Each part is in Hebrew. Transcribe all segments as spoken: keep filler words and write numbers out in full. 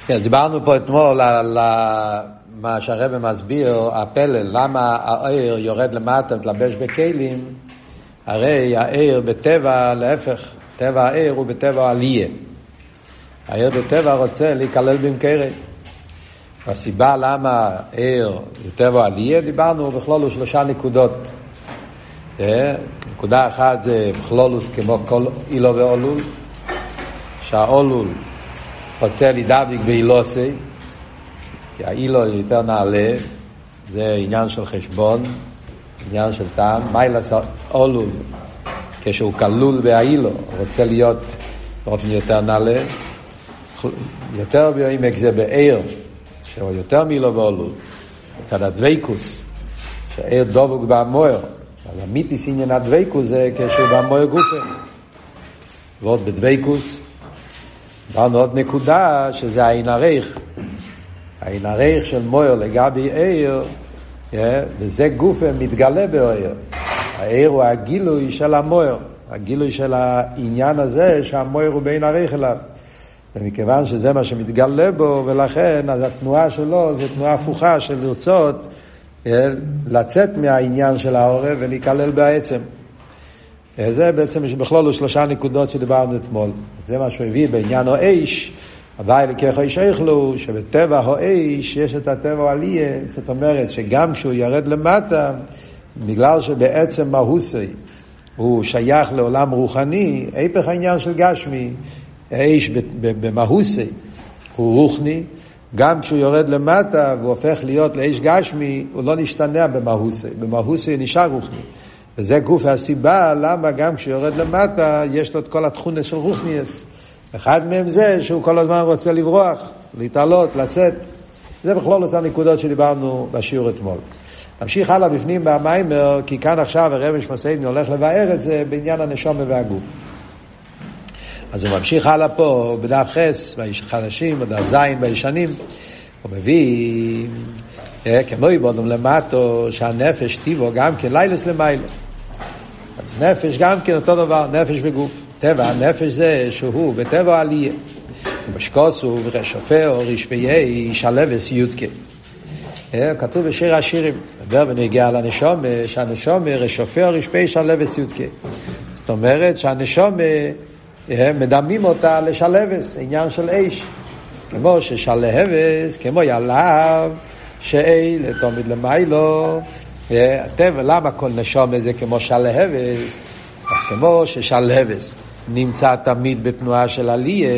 כן, דיברנו פה אתמול על מה שהרבא מסביר, הפלל, למה העיר יורד למטה, מתלבש בכלים, הרי העיר בטבע, להפך, טבע העיר הוא בטבע עלייה. העיר בטבע רוצה להיכלל במקרה. והסיבה למה העיר בטבע עלייה, דיברנו בכלולוס שלושה נקודות. נקודה אחת זה בכלולוס כמו כל אילו ואולול, שהאולול רוצה להידבק באילוסי, כי האילו יותר נעלה, זה עניין של חשבון, עניין של טעם. מיילס האולול, כשהוא כלול באילו, רוצה להיות באופן יותר נעלה. יותר בעמק זה בעיר, שהוא יותר מילו ואולול, בצד הדוויקוס, שהעיר דבוק במויר. אז המיתיס עניין הדוויקוס זה כשהוא במויר גופה. ועוד בדוויקוס, באנו עוד נקודה שזה העין הרייך. העין הרייך של מויר לגבי עיר, וזה גופה מתגלה בעיר. העיר הוא הגילוי של המויר, הגילוי של העניין הזה שהמויר הוא בעין הרייך אליו. ומכיוון שזה מה שמתגלה בו, ולכן אז התנועה שלו זה תנועה הפוכה של לרצות לצאת מהעניין של העורב ולהיכלל בעצם. זה בעצם בכלול שלושה נקודות שדיברנו אתמול. זה מה שהוא הביא בעניין האיש, הבא אליקך איש איכלו, שבטבע האיש יש את הטבע עלייה. זאת אומרת שגם כשהוא ירד למטה, בגלל שבעצם מהוסי הוא שייך לעולם רוחני, היפך העניין של גשמי, האיש במהוסי הוא רוחני, גם כשהוא יורד למטה והוא הופך להיות לאיש גשמי, הוא לא נשתנע במהוסי, במהוסי נשאר רוחני. וזה גוף הסיבה למה גם כשהוא יורד למטה יש לו את כל התכונה של רוחניאס. אחד מהם זה שהוא כל הזמן רוצה לברוח, להתעלות, לצאת. זה בכלול עושה נקודות שדיברנו בשיעור אתמול. נמשיך הלאה בפנים במיימר, כי כאן עכשיו הרב משמעסייני הולך לבאר את זה בעניין הנשמה והגוף. אז הוא ממשיך הלאה פה בדף חס, חדשים, בדף זין, בישנים. הוא מביא, כמו יבודום למטו, שהנפש טיבו גם כן לילס למיילו. נפש גם כן אותו דבר, נפש וגוף. טבע, הנפש זה שהוא בטבע עלייה. בשקוסו ורשופר או רשפיי שלבס יודקה. כתוב בשיר השירים, דבר בנגיע לנשום, שהנשום רשופר רשפיי שלבס יודקה. זאת אומרת שהנשום מדמים אותה לשלבס, עניין של איש. כמו ששלבס, כמו ילב, שאי לתומד למיילו. הטבע, למה כל נשום זה כמו שלבס? אז כמו ששלבס נמצא תמיד בתנועה של עלייה,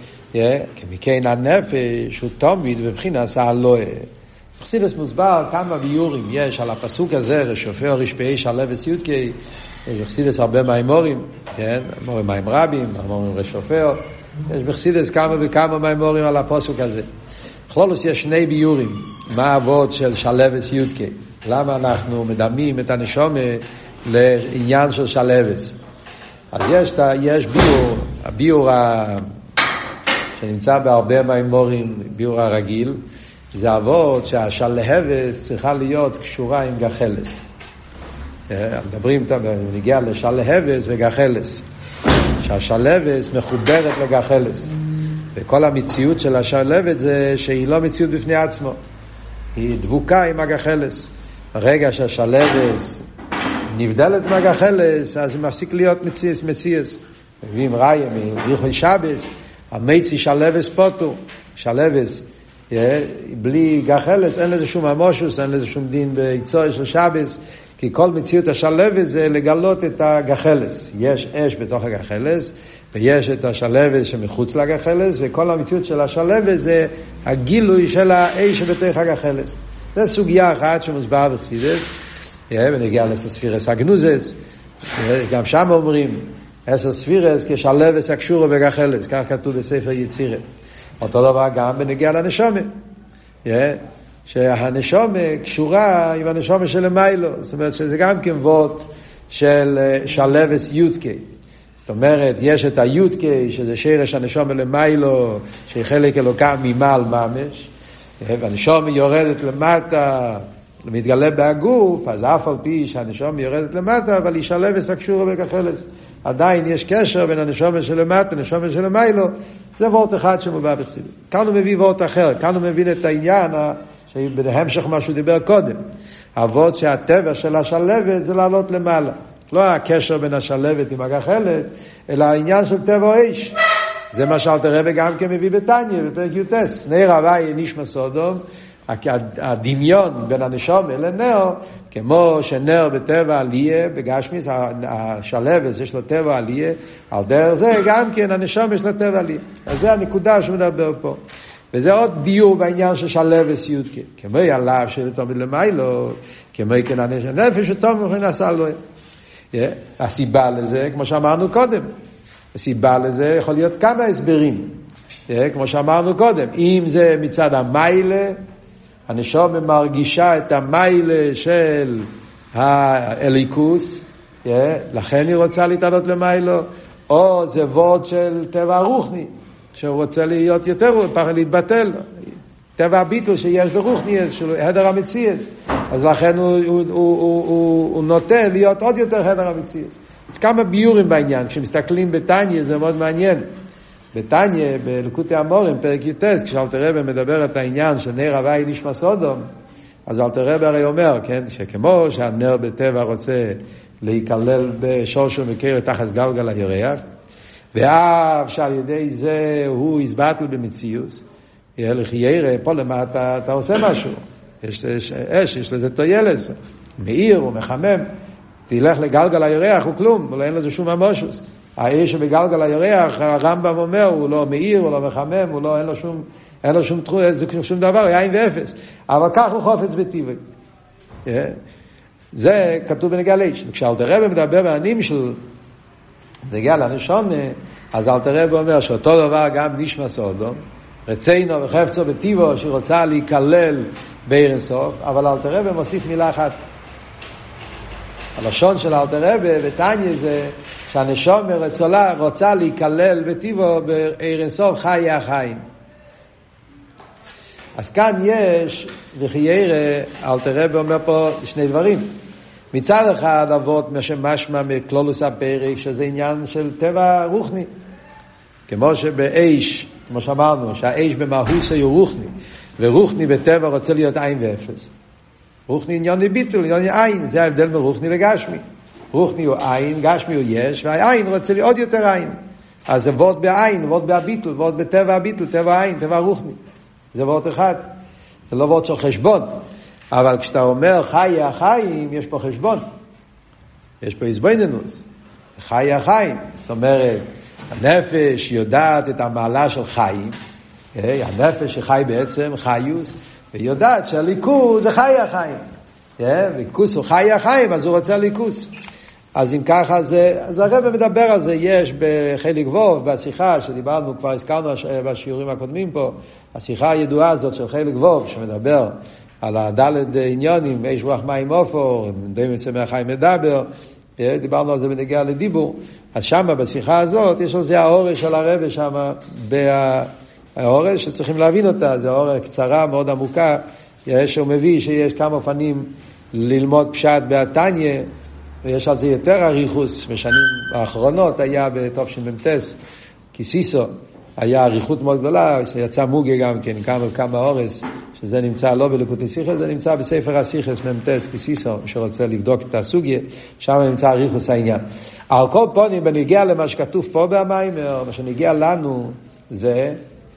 כמכן הנפש הוא תמיד בבחינת הלואה. בחסידות מוסבר כמה ביורים יש על הפסוק הזה, רשופר רשפיי שלבס יודקי. יש בחסידות הרבה מאמורים, כן? מים רבים, מאמורים רשופר. יש בחסידות כמה וכמה מאמורים על הפסוק הזה. בכלולוס יש שני ביורים, מה העבוד של שלבס יודקי. למה אנחנו מדמים את הנשמה לעניין של שלבס. אז יש, יש ביור, הביור ה... שנמצא בהרבה מאמורים, ביור הרגיל, זה עבוד שהשלבס צריכה להיות קשורה עם גחלס. מדברים, נגיע לשלבס וגחלס. שהשלבס מחוברת לגחלס. וכל המציאות של השלבס זה שהיא לא מציאות בפני עצמו. היא דבוקה עם הגחלס. ברגע שהשלבס נבדלת מהגחלס, אז היא מפסיק להיות מציאס, מציאס. מביאים ראיה, מריחוי שבס, המצי שלבס פוטו, שלבס, בלי גחלס, אין לזה שום המושוס, אין לזה שום דין ביצור של שבס, כי כל מציאות השלבס זה לגלות את הגחלס. יש אש בתוך הגחלס, ויש את השלבס שמחוץ לגחלס, וכל המציאות של השלבס זה הגילוי של האש בתוך הגחלס. זה סוגיה אחת שמוסבר בחסידות, ונגיע לעשר ספירס הגנוזס, גם שם אומרים, עשר ספירס כשלבס הקשורה בגחלס, כך כתוב בספר יצירה. אותו דבר גם בנגיע לנשומה, שהנשומה קשורה עם הנשומה של המיילו, זאת אומרת שזה גם כמות של שלבס יודקי. זאת אומרת, יש את היודקי, שזה שרש הנשומה למיילו, שהיא חלק אלוקה ממעל ממש, והנשומה יורדת למטה, מתגלה בהגוף, אז אף על פי שהנשום יורדת למטה, אבל היא שלבס הקשורה בגחלס. עדיין יש קשר בין הנשמה שלמטה לנשמה שלמיילו, זה וורט אחד שמובא בחסידות. כאן הוא מביא וורט אחר, כאן הוא מבין את העניין שבהמשך מה שהוא דיבר קודם. הוורט שהטבע של השלבת זה לעלות למעלה. לא הקשר בין השלבת עם הגחלת, אלא העניין של טבע האש. זה מה שאלתר רבי גם כן מביא בתניא, בפרק יוטס. נר הווי נשמע סודום, הדמיון בין הנשום אל הנר, כמו שנר בטבע עליה, בגשמיס, השלבת יש לו טבע עליה, על דרך זה גם כן הנשום יש לו טבע עליה. אז זה הנקודה שמדבר פה. וזה עוד ביור בעניין של שלבת סיודקה. כמו ילב של תמיד למיילו, כמו כן הנפש שתום וכן עשה לו. הסיבה לזה, כמו שאמרנו קודם, הסיבה לזה יכול להיות כמה הסברים. כמו שאמרנו קודם, אם זה מצד המיילה, הנשמה מרגישה את המיילה של האליקוס, לכן היא רוצה להתעלות למיילו, או זה ווד של טבע רוחני, שהוא רוצה להיות יותר, הוא פחד להתבטל, טבע הביטול שיש ברוחני, של הדר המציאס, אז לכן הוא, הוא, הוא, הוא, הוא, הוא נוטה להיות עוד יותר הדר המציאס. כמה ביורים בעניין, כשמסתכלים בתניא זה מאוד מעניין. בתניא, בליקוטי המורים, פרק יוטס, כשאלתר רבי מדבר את העניין של נר הווי נשמע סודום, אז אלתר רבי הרי אומר, כן, שכמו שהנר בטבע רוצה להיכלל בשורשו מקיר תחת גלגל הירח, ואף שעל ידי זה הוא יסבטל במציאוס, יהיה לכי ירא, פה למטה אתה עושה משהו, יש אש, יש לזה תועלת, מאיר ומחמם, תלך לגלגל הירח הוא כלום, אבל אין לזה שום ממושוס. האש שבגלגל הירח, הרמב"ם אומר, הוא לא מאיר, הוא לא מחמם, הוא לא, אין לו שום, אין לו שום, זה שום דבר, הוא יין ואפס. אבל כך הוא חופץ בטבעי. זה כתוב בנגיע לאש. כשאלתר רבי מדבר בעניינים של נגיע לנשמה, אז אלתר רבי אומר שאותו דבר גם נשמע סודום, רצינו וחפצו בטבעו, שרוצה להיכלל בעיר אינסוף, אבל אלתר רבי מוסיף מילה אחת. הלשון של אלתר רבי בתניא זה שהנשמה רוצה, רוצה להיכלל בטבעו בעיר אינסוף חיי החיים. אז כאן יש, וכי ירא, אלתר רבי אומר פה שני דברים. מצד אחד אבות משמע מכלולוס הפרק, שזה עניין של טבע רוחני. כמו שבאש, כמו שאמרנו, שהאש במהוס הוא רוחני, ורוחני בטבע רוצה להיות עין ואפס. רוחני עניין ביטול, עניין עין, זה ההבדל מרוחני לגשמי. רוחני הוא עין, גשמי הוא יש, והעין רוצה להיות עוד יותר עין. אז זה ווד בעין, ווד בהביטול, ווד בטבע הביטול, טבע עין, טבע רוחני. זה ווד אחד. זה לא ווד של חשבון. אבל כשאתה אומר חיי החיים, יש פה חשבון. יש פה הסבוננוס. חיי החיים. זאת אומרת, הנפש יודעת את המעלה של חיים. הנפש שחי בעצם חיוס, ויודעת שהליכוס זה חיי החיים. וליכוס הוא חיי החיים, אז הוא רוצה ליכוס. אז אם ככה, זה, אז הרב מדבר על זה, יש בחלק ווב, בשיחה שדיברנו, כבר הזכרנו בשיעורים הקודמים פה, השיחה הידועה הזאת של חלק ווב, שמדבר על הדלת עניונים, אש רוח מים אופור, די מצא מהחיים מדבר, דיברנו על זה בנגיע לדיבור, אז שמה בשיחה הזאת, יש על זה האורש של הרב שמה, האורש שצריכים להבין אותה, זה האורש קצרה מאוד עמוקה, יש שהוא מביא שיש כמה אופנים ללמוד פשט בתניא, ויש על זה יותר אריכוס, בשנים האחרונות היה בתוף של ממתס, כיסיסו, היה אריכות מאוד גדולה, שיצא מוגה גם כן, כמה וכמה אורס, שזה נמצא לא בליקוטי שיחס, זה נמצא בספר השיחס ממתס, כיסיסו, שרוצה לבדוק את הסוגיה, שם נמצא אריכוס העניין. על כל פונים, בנגיע למה שכתוב פה במיימר, מה שנגיע לנו, זה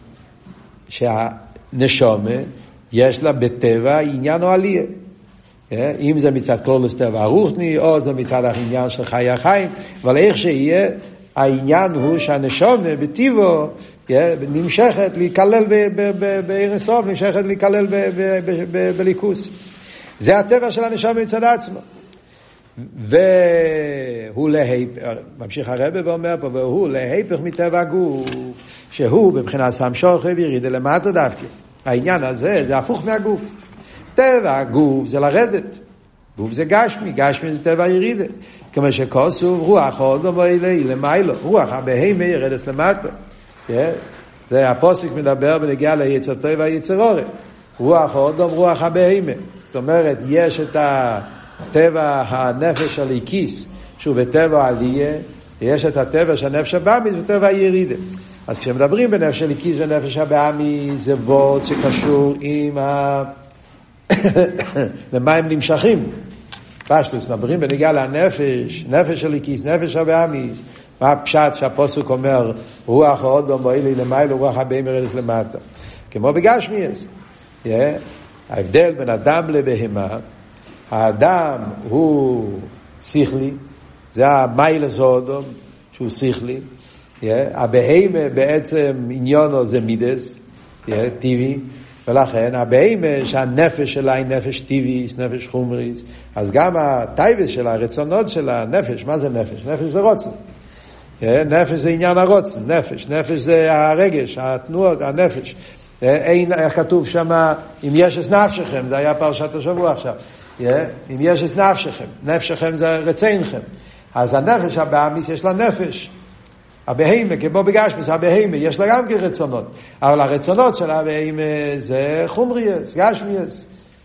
שהנשמה, יש לה בטבע עניין או עלייה. אם זה מצד כלולוס טבע רוחני, או זה מצד העניין של חיי החיים, אבל איך שיהיה, העניין הוא שהנשמה בטבעו נמשכת להיכלל בעיר אינסוף, נמשכת להיכלל בליכוס. זה הטבע של הנשמה מצד עצמו. והוא להיפך, ממשיך הרב ואומר פה, והוא להיפך מטבע הגוף, שהוא בבחינת המשוך וירידה למטה דווקא. העניין הזה זה הפוך מהגוף. טבע הגוף זה לרדת, גוף זה גשמי, גשמי זה טבע ירידה, כמו שכוסו רוח האדם ואילי למיילו, רוח הבהמה ירדת למטה. זה הפוסק מדבר בנגיע ליצר טבע יצר אורן, רוח האדם רוח הבהמה. זאת אומרת, יש את הטבע הנפש הליקיס שהוא בטבע עלייה, יש את הטבע של נפש הבאמיס וטבע הירידה. אז כשמדברים בנפש הליקיס ונפש הבאמיס, זה ווד שקשור עם ה... למה הם נמשכים. פשטוס, מדברים בנגיע לנפש, נפש הליקיס, נפש הבאמיס. מה הפשט שהפוסק אומר, רוח האודום ואילי למיילו, רוח הבהמה ירדת למטה. כמו בגשמיאס. Yeah. ההבדל בין אדם לבהמה, האדם הוא שכלי, זה המיילס האודום, שהוא שכלי. Yeah. הבהמה בעצם עניונו זה מידס, yeah, טבעי, ולכן הבהמה שהנפש שלה היא נפש טבעיס, נפש חומריס, אז גם הטייבס שלה, הרצונות שלה, נפש, מה זה נפש? נפש זה רוצן. נפש זה עניין הרוצן, נפש, נפש זה הרגש, התנועות, הנפש. אין, איך כתוב שם, אם יש את נפשכם, זה היה פרשת השבוע עכשיו, אם יש את נפשכם, נפשכם זה רצינכם. אז הנפש הבאמיס יש לה נפש. הבהמה, כמו בגשמיס, הבהמה, יש לה גם כרצונות. אבל הרצונות של הבהמה זה חומריאס, גשמיאס.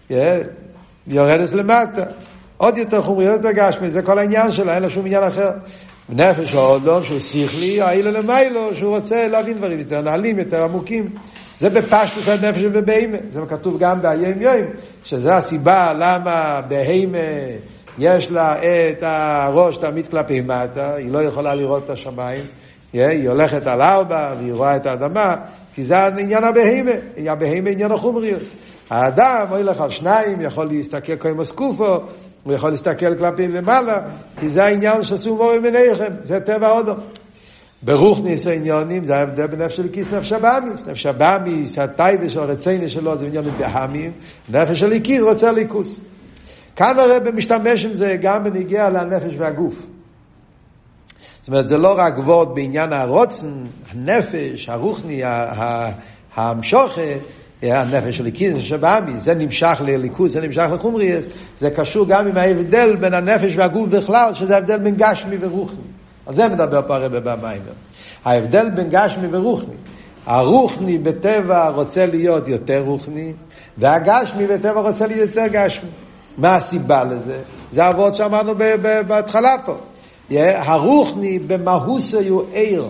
יורדס למטה. עוד יותר חומריאס וגשמיאס, זה כל העניין שלה, אין לה שום עניין אחר. נפש האודום שהוא שכלי, האילה למיילו, שהוא רוצה להבין דברים יותר נעלים, יותר עמוקים. זה בפשטוס הנפש ובהמה. זה כתוב גם בהיים יום, שזה הסיבה למה בהמה יש לה את הראש תמיד כלפי מטה, היא לא יכולה לראות את השמיים, היא הולכת על ארבע והיא רואה את האדמה, כי זה עניין הבהמה, הבהמה עניין החומריוס. האדם הולך על שניים, יכול להסתכל כמו סקופו, הוא יכול להסתכל כלפי למעלה, כי זה העניין שעשו מורים ביניכם, זה טבע אודום. ברוחניס העניונים, זה ההבדל בנפש הליקיס, נפש הבאמיס. נפש הבאמיס, הטייבה של הרצינה שלו, זה עניין בהמים, נפש הליקיס רוצה ליקוס. כאן הרב משתמש עם זה גם בנגיע לנפש והגוף. זאת אומרת, זה לא רק ווד בעניין הרוצן, הנפש, הרוחני, המשוך, הנפש הליקיס, נפש הבאמיס, זה נמשך לליכוס, זה נמשך לחומריאס, זה קשור גם עם ההבדל בין הנפש והגוף בכלל, שזה ההבדל בין גשמי ורוחני. על זה מדבר פה הרב במיימר. ההבדל בין גשמי ורוחני. הרוחני בטבע רוצה להיות יותר רוחני, והגשמי בטבע רוצה להיות יותר גשמי. מה הסיבה לזה? זה העבוד שאמרנו בהתחלה פה. הרוחני במהוסו יהיו עיר.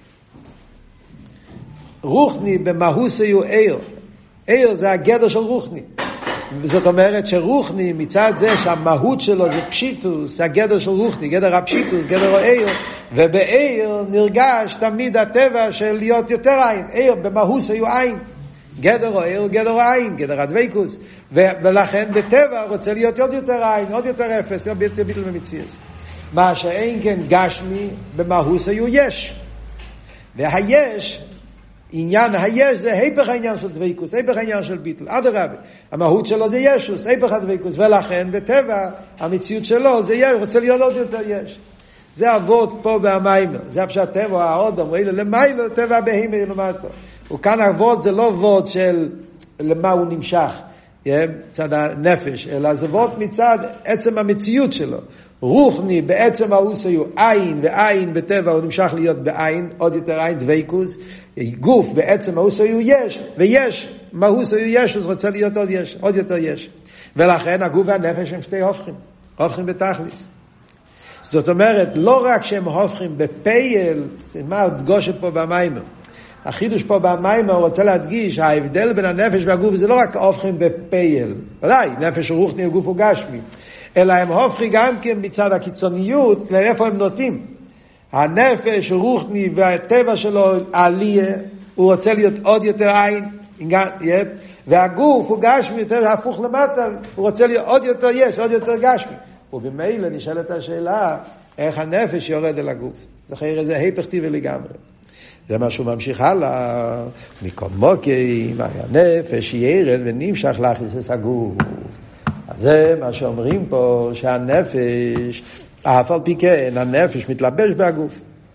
רוחני במהוסו יהיו עיר. עיר זה הגדר של רוחני. זאת אומרת שרוחני מצד זה שהמהות שלו זה פשיטוס, הגדר של רוחני, גדר הפשיטוס, גדר העיר, ובעיר נרגש תמיד הטבע של להיות יותר עין. עיר במהוס היו עין. גדר העיר, גדר העין, גדר הדוויקוס. ולכן בטבע רוצה להיות עוד יותר עין, עוד יותר אפס, עוד יותר ביטל ומציאס. מה שאין כן גשמי במהוס היו יש. והיש, עניין היש זה היפך העניין של דוויקוס, היפך העניין של ביטל. עד הרבי, המהות שלו זה ישוס, היפך הדוויקוס, ולכן בטבע המציאות שלו זה יש, הוא רוצה להיות עוד יותר יש. זה עבוד פה במיימר, זה הפשט טבע, העוד אמרו, אלה למיילו, טבע בהימה למטה. וכאן עבוד זה לא עבוד של למה הוא נמשך, מצד הנפש, אלא זה עבוד מצד עצם המציאות שלו. רוחני בעצם האוס היו עין, ועין בטבע הוא נמשך להיות בעין, עוד יותר עין, דוויקוס. גוף בעצם האוס היו יש, ויש, מהוס היו יש, אז רוצה להיות עוד יש, עוד יותר יש. ולכן הגוף והנפש הם שתי הופכים, הופכים בתכליס. זאת אומרת, לא רק שהם הופכים בפייל, זה מה הדגושת פה במיימר. החידוש פה במיימר הוא רוצה להדגיש, ההבדל בין הנפש והגוף זה לא רק הופכים בפייל, ודאי, נפש רוחני וגוף וגשמי, אלא הם הופכים גם כן מצד הקיצוניות, לאיפה הם נוטים. הנפש רוחני והטבע שלו עלייה, הוא רוצה להיות עוד יותר עין, והגוף הוא גשמי, יותר הפוך למטה, הוא רוצה להיות עוד יותר יש, עוד יותר גשמי. ובמילא נשאלת השאלה, איך הנפש יורד אל הגוף? זה חיירה, זה היפך טבעי לגמרי. זה מה שהוא ממשיך הלאה, מקום מוקים, הנפש ירד ונמשך להכניס את הגוף. אז זה מה שאומרים פה, שהנפש, אף על פי כן, הנפש מתלבש בהגוף.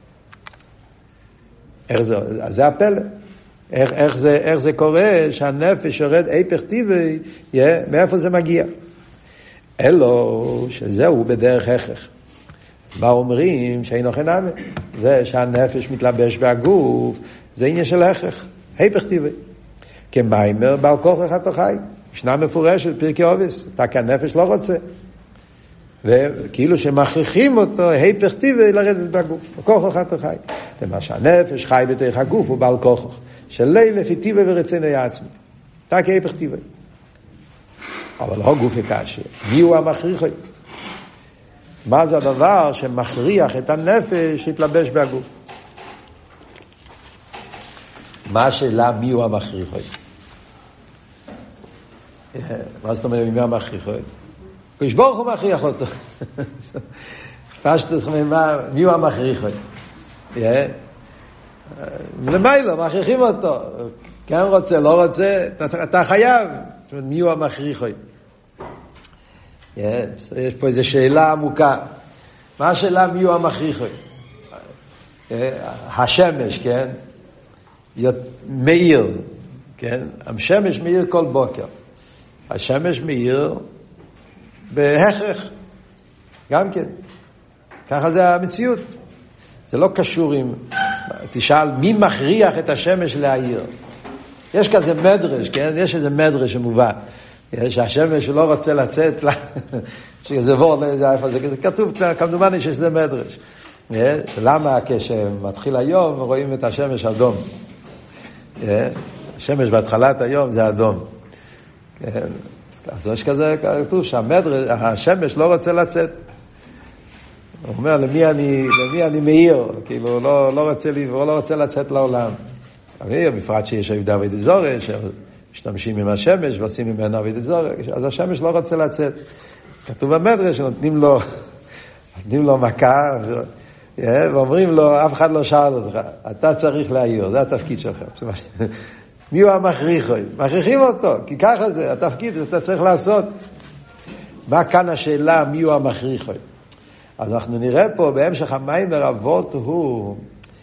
איך זה, זה הפלא. איך, איך, זה, איך זה קורה שהנפש יורד היפך טבעי, מאיפה זה מגיע? אלו שזהו בדרך הכרח. אז מה אומרים? שאין אוכל נאמן. זה שהנפש מתלבש בהגוף, זה עניין של הכרח. היפך טבעי. כמיימר בעל כוח אחד החי. ישנה מפורשת, פרקי אובס. אתה כנפש לא רוצה. וכאילו שמכריחים אותו, היפך טבעי לרדת בגוף. כוחו חתו חי. למה שהנפש חי בתוך הגוף הוא בעל כוחו. שלי לפי טבעי ורצנו העצמי. תק היפך טבעי. אבל לא גוף יקשה. מי הוא המכריח? מה זה הדבר שמכריח את הנפש להתלבש בגוף? מה השאלה מי הוא המכריח? מה זאת אומרת מי הוא המכריח? כשברוך הוא מכריח אותו. פשטות מי הוא המכריח? למיילו, מכריחים אותו. כן רוצה, לא רוצה, אתה חייב. מי הוא המכריח? יש פה איזו שאלה עמוקה. מה השאלה מי הוא המכריח? השמש, כן? מאיר, כן? השמש מאיר כל בוקר. השמש מאיר בהכרח. גם כן. ככה זה המציאות. זה לא קשור עם... תשאל, מי מכריח את השמש להאיר? יש כזה מדרש, כן? יש איזה מדרש שמובא. שהשמש לא רוצה לצאת, שזה בור, איפה זה, זה כתוב, כמדומני שזה מדרש. למה כשמתחיל היום רואים את השמש אדום? השמש בהתחלת היום זה אדום. אז יש כזה כתוב שהמדרש, השמש לא רוצה לצאת. הוא אומר, למי אני, למי אני מאיר? כאילו, לא, לא רוצה לברוא, לא רוצה לצאת לעולם. בפרט שיש עבודה עבודת זרה, שמשתמשים עם השמש ועושים ממנו עבודת זרה, אז השמש לא רוצה לצאת. אז כתוב במדרש שנותנים לו, נותנים לו מכה, ואומרים לו, אף אחד לא שאל אותך, אתה צריך להעיר, זה התפקיד שלך. מי הוא המכריח? מכריחים אותו, כי ככה זה, התפקיד, אתה צריך לעשות. מה כאן השאלה, מי הוא המכריח? אז אנחנו נראה פה, בהמשך המים מרבות הוא,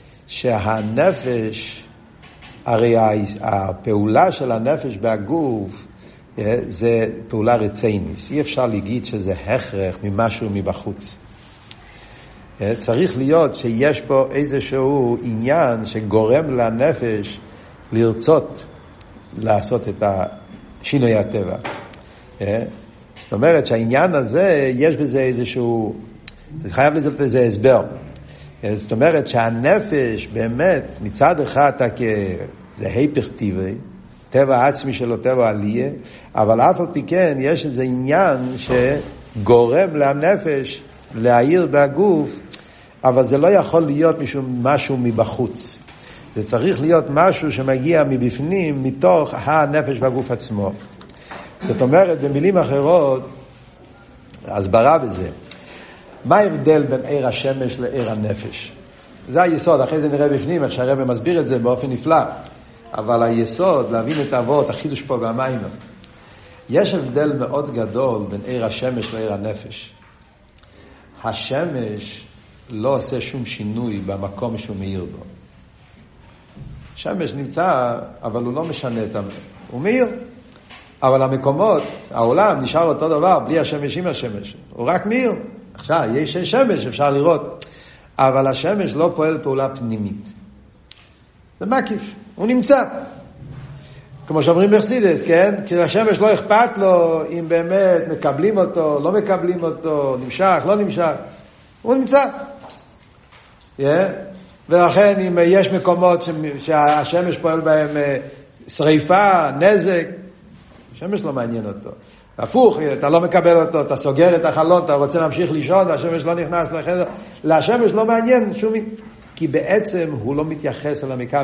שהנפש, הרי הפעולה של הנפש בהגוף, זה פעולה רציינית. אי אפשר להגיד שזה הכרח ממשהו מבחוץ. צריך להיות שיש פה איזשהו עניין שגורם לנפש לרצות לעשות את השינוי הטבע. זאת אומרת שהעניין הזה, יש בזה איזשהו, זה חייב לזה איזה הסבר. זאת אומרת שהנפש באמת מצד אחד זה היפך טבעי, טבע עצמי שלו, טבע עלייה, אבל אף על פי כן יש איזה עניין שגורם לנפש להעיר בהגוף, אבל זה לא יכול להיות משום משהו מבחוץ. זה צריך להיות משהו שמגיע מבפנים, מתוך הנפש בגוף עצמו. זאת אומרת, במילים אחרות, הסברה בזה. מה ההבדל בין עיר השמש לעיר הנפש? זה היסוד, אחרי זה נראה בפנים, איך שהרבא מסביר את זה באופן נפלא. אבל היסוד, להבין את האבות, החידוש פה והמים. יש הבדל מאוד גדול בין עיר השמש לעיר הנפש. השמש לא עושה שום שינוי במקום שהוא מאיר בו. השמש נמצא, אבל הוא לא משנה את המאיר. הוא מאיר. אבל המקומות, העולם נשאר אותו דבר, בלי השמש עם השמש. הוא רק מאיר. עכשיו, יש שמש, אפשר לראות. אבל השמש לא פועל פעולה פנימית. זה מקיף. הוא נמצא. כמו שאומרים בחסידות, כן? כי השמש לא אכפת לו אם באמת מקבלים אותו, לא מקבלים אותו, נמשך, לא נמשך. הוא נמצא. Yeah. ולכן אם יש מקומות שהשמש פועל בהם שריפה, נזק, השמש לא מעניין אותו. הפוך, אתה לא מקבל אותו, אתה סוגר את החלון, אתה רוצה להמשיך לישון, והשמש לא נכנס לחדר. להשמש לא מעניין שום... כי בעצם הוא לא מתייחס אל המקבל.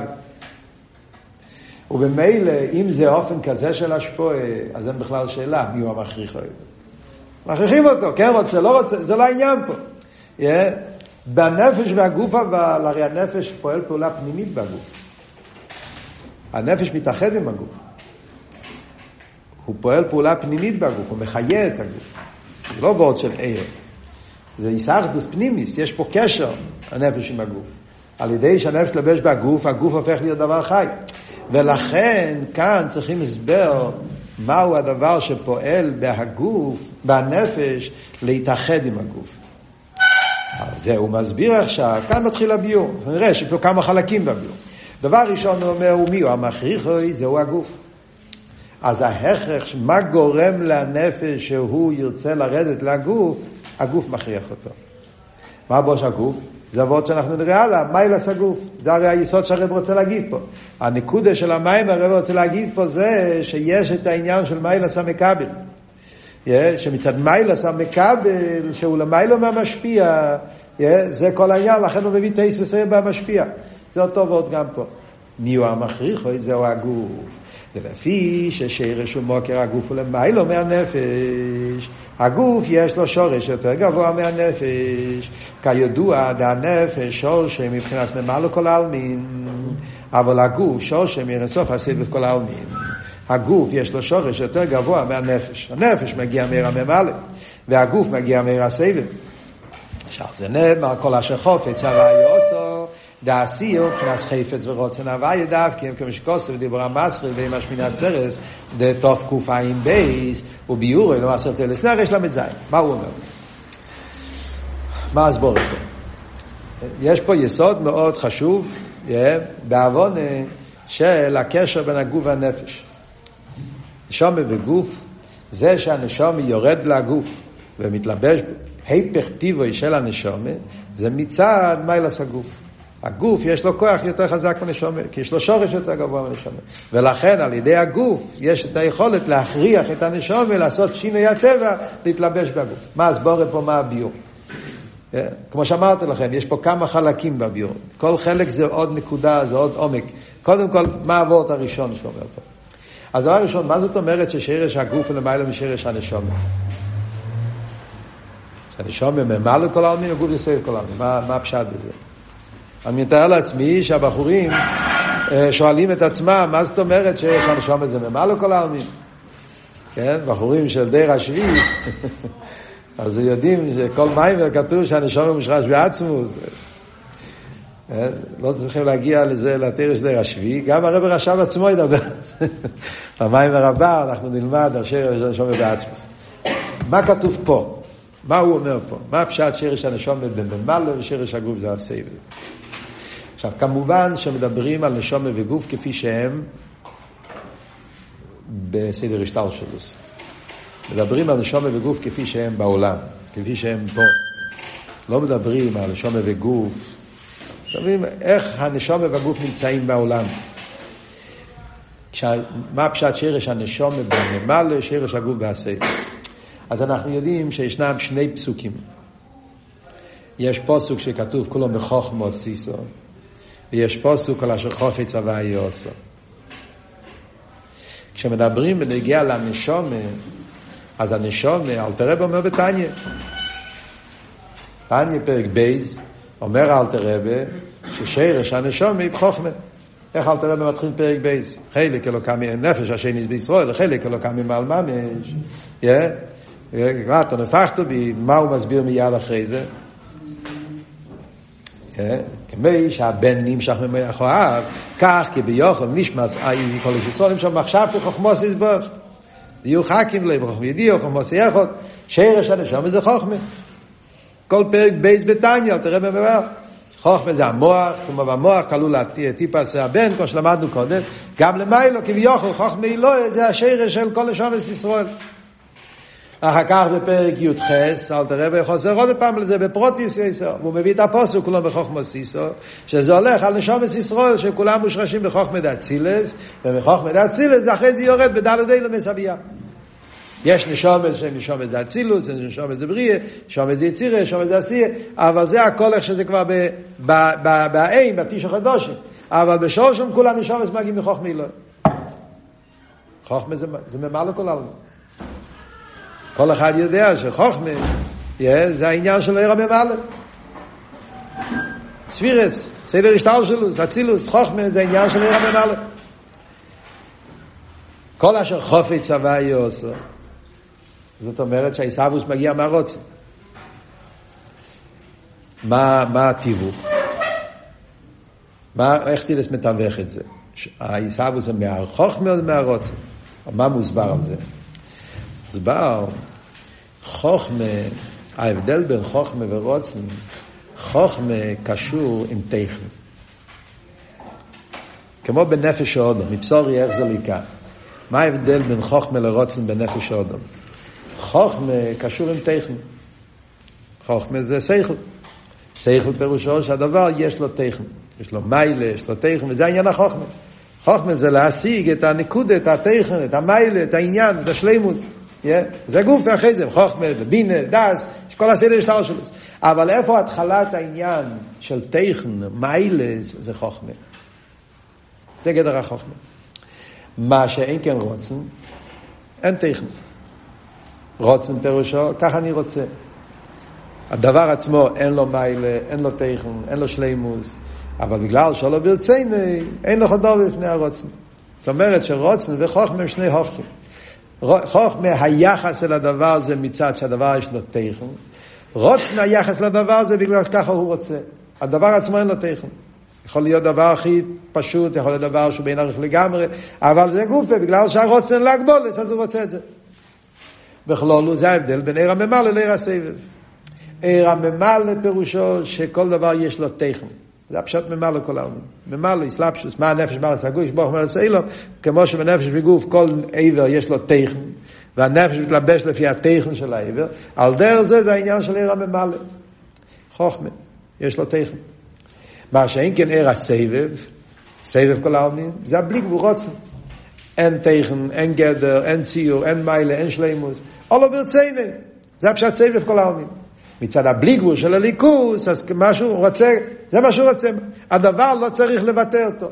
ובמילא, אם זה אופן כזה של השפוע, אז אין בכלל שאלה, מי הוא המכריח? מכריחים אותו, כן רוצה, לא רוצה, זה לא העניין פה. Yeah. בנפש והגוף, אבל הרי הנפש פועל פעולה פנימית בגוף. הנפש מתאחד עם הגוף. הוא פועל פעולה פנימית בגוף, הוא מחיה את הגוף. זה לא בעוד של עיר. זה איסאחדוס פנימיס, יש פה קשר, הנפש עם הגוף. על ידי שהנפש לבש בגוף, הגוף הופך להיות דבר חי. ולכן כאן צריכים הסבר מהו הדבר שפועל בהגוף, בנפש, להתאחד עם הגוף. אז זה הוא מסביר עכשיו, כאן מתחיל הביור. נראה שפה כמה חלקים בביור. דבר ראשון הוא אומר, הוא מי הוא? המכריח זהו הגוף. אז ההכרח, מה גורם לנפש שהוא ירצה לרדת לגוף, הגוף מכריח אותו. מה בוש הגוף? זה עבוד שאנחנו נראה הלאה, מיילס הגוף. זה הרי היסוד שהרב רוצה להגיד פה. הנקודה של המים הרב רוצה להגיד פה זה שיש את העניין של מיילס המקבל. שמצד מיילס המקבל, שהוא למיילו מהמשפיע, זה כל העניין, לכן הוא מביא תייס וסייב במשפיע. זה אותו עבוד גם פה. מי הוא המכריח? זהו הגוף. ולפי ששרש ומוקר הגוף הוא למיילו מהנפש, הגוף יש לו שורש יותר גבוה מהנפש. כידוע, הנפש שורש מבחינת ממלא כל העלמין, אבל הגוף שורש מרסוף הסביב כל העלמין. הגוף יש לו שורש יותר גבוה מהנפש. הנפש מגיע מהר הממלא, והגוף מגיע מהר הסביב. עכשיו זה נאמר, כל אשר חופץ הוואי עושו, דעשיו, כנס חפץ ורוצן הוואי דווקא, כמו שכוסו ודיבור המסריל ועם השמינת סרס, דתוף קופאים בייס, וביורי, לא עשרת אלס נרש למדזי. מה הוא אומר? מה הסבור פה? יש פה יסוד מאוד חשוב, בעוון של הקשר בין הגוף והנפש. נשומי וגוף, זה שהנשומי יורד לגוף ומתלבש בו, היפך טיבוי של הנשומי, זה מצד מיילס הגוף. הגוף יש לו כוח יותר חזק מהנשומי, כי יש לו שורש יותר גבוה מהנשומי. ולכן על ידי הגוף יש את היכולת להכריח את הנשומי, לעשות שינוי הטבע, להתלבש בגוף. מה הסבור פה, מה הביור? כמו שאמרתי לכם, יש פה כמה חלקים בביור. כל חלק זה עוד נקודה, זה עוד עומק. קודם כל, מה העבוד הראשון שאומר פה? אז דבר ראשון, מה זאת אומרת ששרש הגוף למעלה משרש הנשומי? שהנשומי ממלא כל העלמין וגוף יסייב כל העלמין. מה, מה הפשט בזה? אני מתאר לעצמי שהבחורים שואלים את עצמם, מה זאת אומרת שהנשומי זה ממלא כל העלמין? כן? בחורים של די רשבי, אז יודעים שכל מים כתוב שהנשומי מושרש בעצמוס. לא צריכים להגיע לזה לתרש די רשבי, גם הרב רשב עצמו ידבר. במים הרבה אנחנו נלמד על שרש הנשומי בעצמוס. מה כתוב פה? מה הוא אומר פה? מה הפשט שרש הנשומי בממלא ושרש הגוף זה הסייב? עכשיו, כמובן שמדברים על נשומי וגוף כפי שהם בסדר השתלשלות. מדברים על נשומי וגוף כפי שהם בעולם, כפי שהם פה. לא מדברים על נשומי וגוף. מדברים איך הנשומי והגוף נמצאים בעולם. מה הפשט שרש הנשומי בממלא ושרש הגוף בהסייב? אז אנחנו יודעים שישנם שני פסוקים. יש פסוק שכתוב כולו בחוכמה סיסו, ויש פסוק כל אשר חפץ הוואי עושו. כשמדברים בנגיע לנשמה, אז הנשמה, אלתר רבי אומר בתניא. תניא פרק בייז, אומר אלתר רבי ששרש הנשמה היא בחוכמה. איך אלתר רבי מתחיל פרק בייז? חלק אלוקם נפש השני בישראל, חלק אלוקם ממעל ממש. יא? אתה נפחת בי, מה הוא מסביר מיד אחרי זה? כמי שהבן נמשך ממך אוהב, כך כי ביוכל נשמס אי כל ישראל נמשך מחשב כחוכמוס יסבוך. דיו חכים לי בחוכמה ידיעו, חוכמוס יחוד, שרש הנשמה זה חוכמה. כל פרק בייס בתניא, תראה במבר. חוכמה זה המוח, כמו במוח כלול טיפס הבן, כמו שלמדנו קודם, גם למיילו, כי ביוכל חוכמה אלוהי, זה השרש של כל נשמה ישראל. אחר כך בפרק י' חס, אלתר רבי חוזר עוד פעם לזה בפרוטיס יסר, והוא מביא את הפוסק כולם בחוכמה סיסו, שזה הולך על נשומת ישראל, שכולם מושרשים בחוכמה דאצילס, ובחוכמה דאצילס אחרי זה יורד בדלת אילום מסבייה. יש נשומת שהם נשומת דאצילוס, נשומת זה בריאה, נשומת זה יצירה, נשומת זה עשייה, אבל זה הכל איך שזה כבר באין, בתיש החדושים, אבל בשורשם כולם נשומת מגיעים מחוכמה אלוהי. חוכמה זה ממלא כל העולם. כל אחד יודע שחוכמה זה העניין של עיר הממלא. ספירס, סדר השתלשלות, אצילוס, חוכמה זה העניין של עיר הממלא. כל אשר חופץ הוואי עושו, זאת אומרת שהעיסאוויס מגיע מהרוצן. מה, מה התיווך? מה, איך סילס מתווך את זה? העיסאוויס זה מהחוכמה או מהרוצן? מה מוסבר על זה? מוסבר, חוכמה, ההבדל בין חוכמה ורוצן, חוכמה קשור עם טכן. כמו בנפש האדם, מבשורי איך זה ליקה. מה ההבדל בין חוכמה לרוצן בנפש האדם? חוכמה קשור עם טכן. חוכמה זה שכל. שכל פירושו שהדבר יש לו תכן. יש לו מיילה, יש לו תכן, וזה העניין החוכמה. חוכמה זה להשיג את הנקודה, את התכן, את המיילה, את העניין, את השלימוס. Yeah? זה גוף ואחרי זה, חוכמה, בינה, דס, כל הסדר יש תאר שלו. אבל איפה התחלת העניין של תכן, מיילס, זה חוכמה. זה גדר החוכמה. מה שאין כן רוצן, אין תכן. רוצן פירושו, ככה אני רוצה. הדבר עצמו אין לו מיילה, אין לו תכן, אין לו שלימוס, אבל בגלל שלא ברציני, אין לו חדור בפני הרוצן. זאת אומרת שרוצן וחוכמה הם שני הופכים. חוכמה היחס אל הדבר זה מצד שהדבר יש לו תכן. רוצן היחס לדבר זה בגלל ככה הוא רוצה. הדבר עצמו אין לו תכן. יכול להיות דבר הכי פשוט, יכול להיות דבר שהוא בין ערך לגמרי, אבל זה גופה, בגלל שהרוצן להגבולת, אז הוא רוצה את זה. בכלולו זה ההבדל בין עיר הממלא לעיר הסבב. עיר הממלא פירושו שכל דבר יש לו תכן. זה הפשט ממלא כל העולם. ממלא, הסלאפשוס, מה הנפש, מה הסגוי, שברוך מלא סעילו, כמו שבנפש וגוף כל עבר יש לו תכן, והנפש מתלבש לפי התכן של העבר, על דרך זה זה העניין של עיר הממלא. חוכמה, יש לו תכן. מה שאין כן עיר הסבב, סבב כל העולמים, זה הבלי גבול רוצן. אין תכן, אין גדר, אין ציור, אין מיילה, אין שלימוס. אולו ברציני. זה הפשט סבב כל העולמים. מצד הבלי גבול של הליכוס, אז משהו רוצה, זה מה שהוא רוצה. הדבר לא צריך לבטא אותו.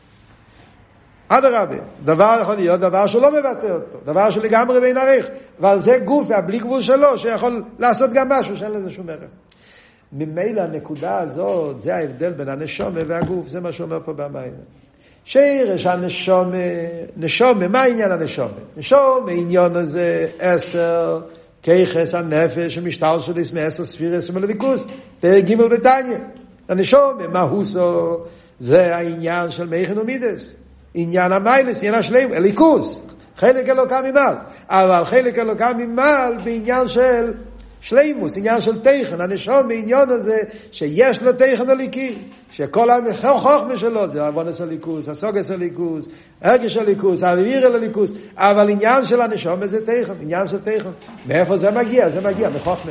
עד הרבה. דבר יכול להיות דבר שהוא לא מבטא אותו. דבר שלגמרי בין ערך. אבל זה גוף והבלי גבול שלו, שיכול לעשות גם משהו שאין לזה שום ערך. ממילא הנקודה הזאת, זה ההבדל בין הנשומה והגוף, זה מה שאומר פה במים. שירש הנשומה, נשומה, מה העניין הנשומה? נשומה, עניין הזה עשר, כיחס הנפש, שמשתל של עשמי עשר ספירס ומלוויקוס, פרק ג' בתניא. הנשומה, מה הוסו? זה העניין של מייכן ומידס. עניין המיילס, עניין השלם, אליקוס. חלק אלוקה ממעל. אבל חלק אלוקה ממעל בעניין של שלימוס, עניין של תכן. הנשום בעניין הזה שיש לו תכן אליקי, שכל החוכמה שלו זה אבונס הליכוס, הסוגס הליכוס, הרגש הליכוס, האוויר הליכוס, אבל עניין של הנשום זה תכן, עניין של תכן. מאיפה זה מגיע? זה מגיע מחוכמה.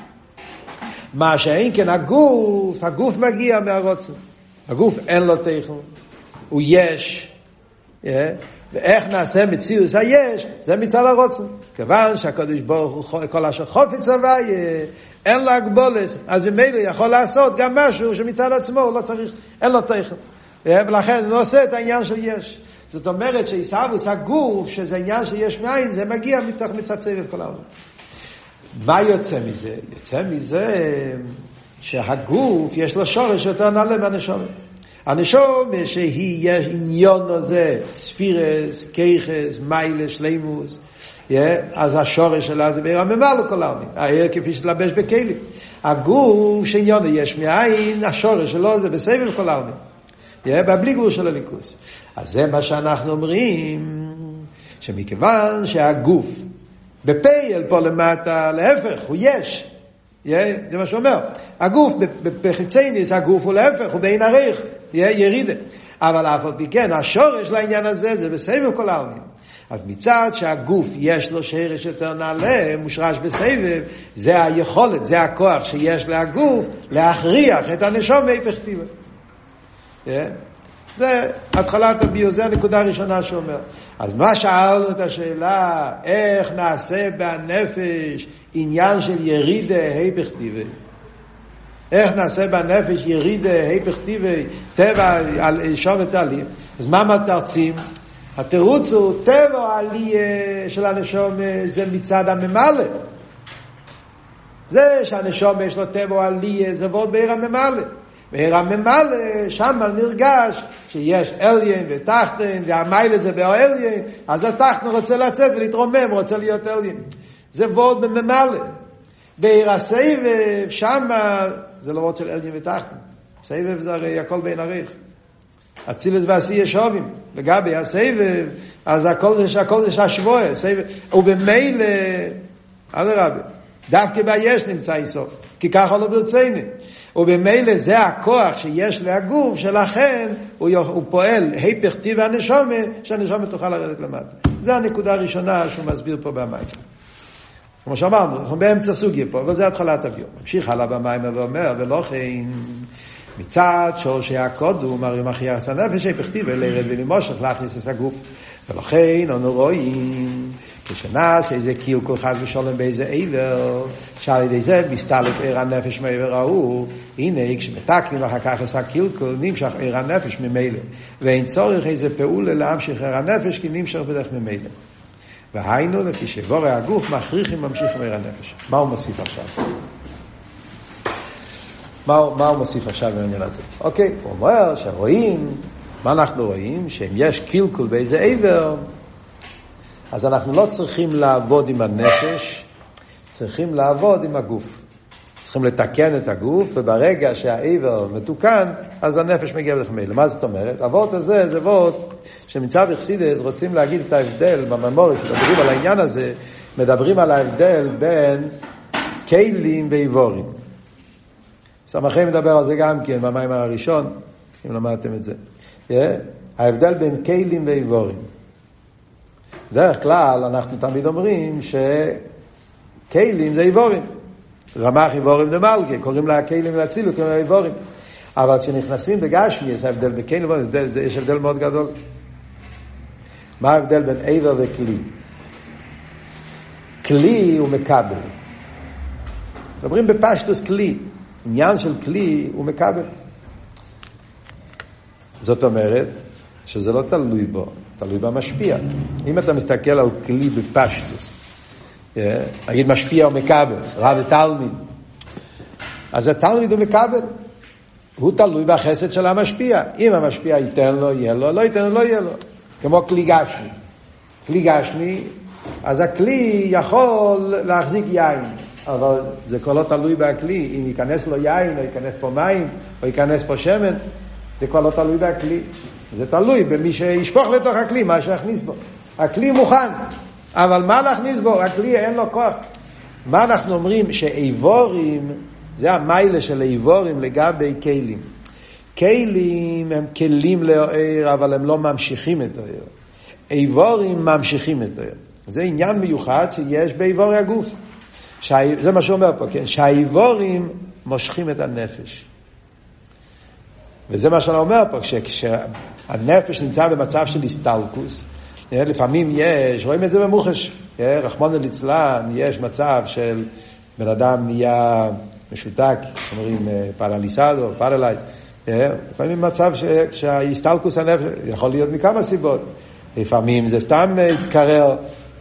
מה שאין כן הגוף, הגוף מגיע מהרוצן. הגוף אין לו תכן, הוא יש. Yeah. ואיך נעשה מציאוס היש? זה מצד הרוצן. כיוון שהקדוש ברוך הוא כל אשר חופץ הוויה, אין לו הגבולת, אז במילא יכול לעשות גם משהו שמצד עצמו הוא לא צריך, אין לו תכן. ולכן הוא עושה את העניין של יש. זאת אומרת שעיסאוויס הגוף, שזה עניין של יש מאין, זה מגיע מתוך מצד סבב כל העולם. מה יוצא מזה? יוצא מזה שהגוף יש לו שורש יותר נעלה מהנשמה. הנשום שהיא יש עניון הזה, ספירס, כיחס, מיילה, שלימוס, אז השורש שלה זה בעיר הממלא כל העולמים, העיר כפי שתלבש בכלים. הגוף שעניון יש מאין, השורש שלו זה בסבב כל העולמים, בבלי גבול של הליכוס. אז זה מה שאנחנו אומרים, שמכיוון שהגוף בפייל פה למטה, להפך, הוא יש. זה מה שאומר. הגוף בחיצייניס, הגוף הוא להפך, הוא בין ערך, ירידה. אבל אף עוד מכן, השורש לעניין הזה זה בסבב כל העולמים. אז מצד שהגוף יש לו שרש יותר נעלה, מושרש בסבב, זה היכולת, זה הכוח שיש להגוף להכריח את הנשום מהפכתיבה. זה התחלת הביו, זה הנקודה הראשונה שאומר. אז מה שאלנו את השאלה, איך נעשה בנפש עניין של ירידה היפכתיבה? איך נעשה בנפש ירידה היפכתיבה, טבע על שום ותעלים? אז מה מתרצים? התירוץ הוא טבע העלייה של הנשום זה מצד הממלא. זה שהנשום יש לו טבע עלייה זה ועוד בעיר הממלא. בעיר הממלא שם נרגש שיש אליין ותחתן והמיילה זה באליין, אז התחתן רוצה לצאת ולהתרומם, רוצה להיות אליין. זה ועוד בממלא. בעיר הסבב שם זה לא ועוד של אליין ותחתן. סבב זה הרי הכל בין עריך. הצילס ועשייה שווים. לגבי הסבב, אז הכל זה שהכל זה שהשבוע. סבב. ובמילא, עד הרבי, דווקא ביש נמצא איסוף. כי ככה לא ברציני. ובמילא זה הכוח שיש להגוף, שלכן הוא, הוא פועל היפך טיב הנשומה, שהנשומה תוכל לרדת למטה. זה הנקודה הראשונה שהוא מסביר פה במים. כמו שאמרנו, אנחנו באמצע סוגיה פה, אבל זה התחלת הביור. ממשיך הלאה במים ואומר, ולא כן, מצד שורשי הקודום, הרי מחייס הנפש, הפכתיב ולרד ולמושך להכניס את הגוף. ולכן אנו רואים, כשנעש איזה קלקול חס ושלום באיזה עבר, שעל ידי זה מסתלק עיר הנפש מעבר ההוא, הנה כשמתקנים אחר כך עשה קלקול, נמשך עיר הנפש ממילא. ואין צורך איזה פעולה להמשיך עיר הנפש, כי נמשך בדרך ממילא. והיינו לפי שבורא הגוף מכריחים ממשיך עיר הנפש. מה הוא מוסיף עכשיו? מה, מה הוא מוסיף עכשיו בעניין הזה? אוקיי, הוא אומר שרואים, מה אנחנו רואים? שאם יש קלקול באיזה עבר, אז אנחנו לא צריכים לעבוד עם הנפש, צריכים לעבוד עם הגוף. צריכים לתקן את הגוף, וברגע שהעבר מתוקן, אז הנפש מגיע בדרך ממילא. מה זאת אומרת? הוות הזה זה וות שמצד חסידות רוצים להגיד את ההבדל בממורי, כשמדברים על העניין הזה, מדברים על ההבדל בין כלים ואיבורים. סמכם מדבר על זה גם כן, במים הראשון, אם למדתם את זה. Yeah. ההבדל בין כלים ואיבורים. בדרך כלל אנחנו תמיד אומרים שכלים זה איבורים. רמח איבורים דמלכה, קוראים לה כלים ולצילו, קוראים לה איבורים. אבל כשנכנסים בגשמי, יש הבדל בין כלים ואיבורים, יש הבדל מאוד גדול. מה ההבדל בין עבר וכלי? כלי הוא מקבל. מדברים בפשטוס כלי. עניין של כלי הוא מקבל. זאת אומרת שזה לא תלוי בו, תלוי במשפיע. אם אתה מסתכל על כלי בפשטוס, נגיד משפיע הוא מקבל, רב תלמיד, אז התלמיד הוא מקבל, הוא תלוי בחסד של המשפיע. אם המשפיע ייתן לו, יהיה לו, לא ייתן לו, לא יהיה לו. כמו כלי גשמי. כלי גשמי, אז הכלי יכול להחזיק יין, אבל זה כבר לא תלוי בכלי. אם ייכנס לו יין, או ייכנס פה מים, או ייכנס פה שמן, זה כבר לא תלוי בכלי. זה תלוי במי שישפוך לתוך הכלי, מה שיכניס בו. הכלי מוכן, אבל מה להכניס בו? הכלי אין לו כוח. מה אנחנו אומרים? שאיבורים, זה המיילה של איבורים לגבי כלים. כלים הם כלים לאור, אבל הם לא ממשיכים את האור. איבורים ממשיכים את האור. זה עניין מיוחד שיש באיבורי הגוף. זה מה שהוא אומר פה, כן? שהאיבורים מושכים את הנפש. וזה מה שאני אומר פה, כשהנפש נמצא במצב של הסתלקוס, לפעמים יש, רואים את זה במוחש, רחמנא ליצלן, יש מצב של בן אדם נהיה משותק, אומרים פרליסדו, פרלייז, לפעמים מצב שההסתלקוס הנפש, יכול להיות מכמה סיבות, לפעמים זה סתם התקרר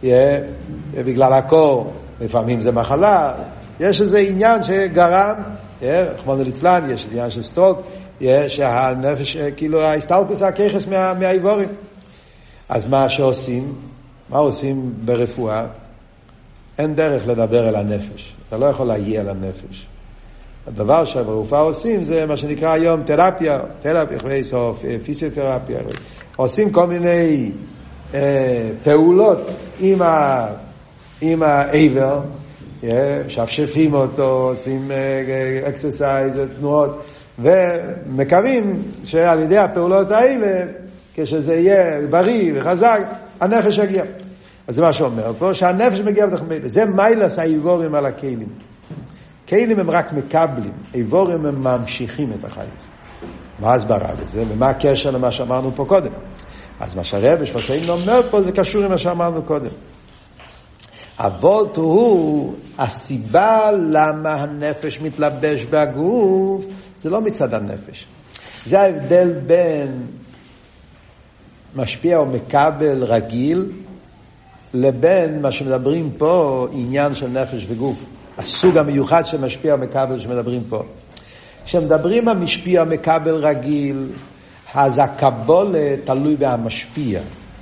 בגלל הקור, לפעמים זה מחלה, יש איזה עניין שגרם, רחמנא ליצלן, יש עניין של סטרוק, שהנפש, כאילו ההסתלקוס הכיחס מה, מהאיבורים. אז מה שעושים, מה עושים ברפואה? אין דרך לדבר אל הנפש. אתה לא יכול להגיע אל הנפש. הדבר שברפואה עושים זה מה שנקרא היום תרפיה, תרפיה, פיזיותרפיה. עושים כל מיני אה, פעולות עם, ה, עם העבר, שפשפים אותו, עושים אה, אקסרסייז, תנועות, ומקווים שעל ידי הפעולות האלה, כשזה יהיה בריא וחזק, הנפש יגיע. אז זה מה שאומר פה, שהנפש מגיע בדרך מילא. זה מיילס האיבורים על הכלים. כלים הם רק מקבלים, איבורים הם ממשיכים את החיים. מה הסברה בזה? ומה הקשר למה שאמרנו פה קודם? אז מה שהרב שמסעים אומר פה, זה קשור עם מה שאמרנו קודם. אבות הוא הסיבה למה הנפש מתלבש בגוף, זה לא מצד הנפש. זה ההבדל בין משפיע או מקבל רגיל, לבין מה שמדברים פה, עניין של נפש וגוף. הסוג המיוחד של משפיע או מקבל שמדברים פה. כשמדברים על משפיע או מקבל רגיל, אז הקבולה תלוי בהמשפיע.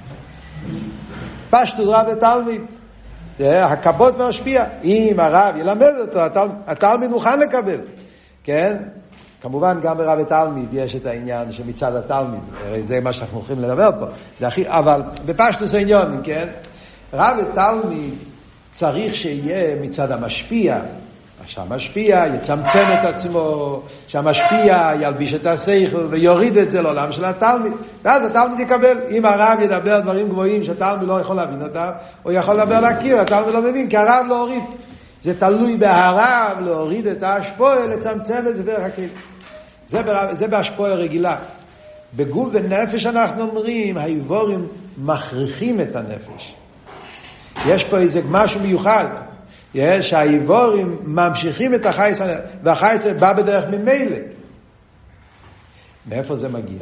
פשטות רב ותלמיד. הקבות משפיע. אם הרב ילמד אותו, התלמיד מוכן לקבל. כן? כמובן גם ברב ותלמיד יש את העניין שמצד התלמיד, זה מה שאנחנו יכולים לדבר פה, זה הכי, אבל בפשטוס העניונים, כן? רב ותלמיד צריך שיהיה מצד המשפיע, שהמשפיע יצמצם את עצמו, שהמשפיע ילביש את השכל ויוריד את זה לעולם של התלמיד, ואז התלמיד יקבל. אם הרב ידבר דברים גבוהים שהתלמיד לא יכול להבין אותם, הוא יכול לדבר להכיר, התלמיד לא מבין, כי הרב לא הוריד. זה תלוי בהרב להוריד את ההשפועה, לצמצם את זה בערך הכלים. זה, זה בהשפועה רגילה. בגוף ונפש אנחנו אומרים, האיבורים מכריחים את הנפש. יש פה איזה משהו מיוחד. יש שהאיבורים ממשיכים את החייס, והחייס בא בדרך ממילא. מאיפה זה מגיע?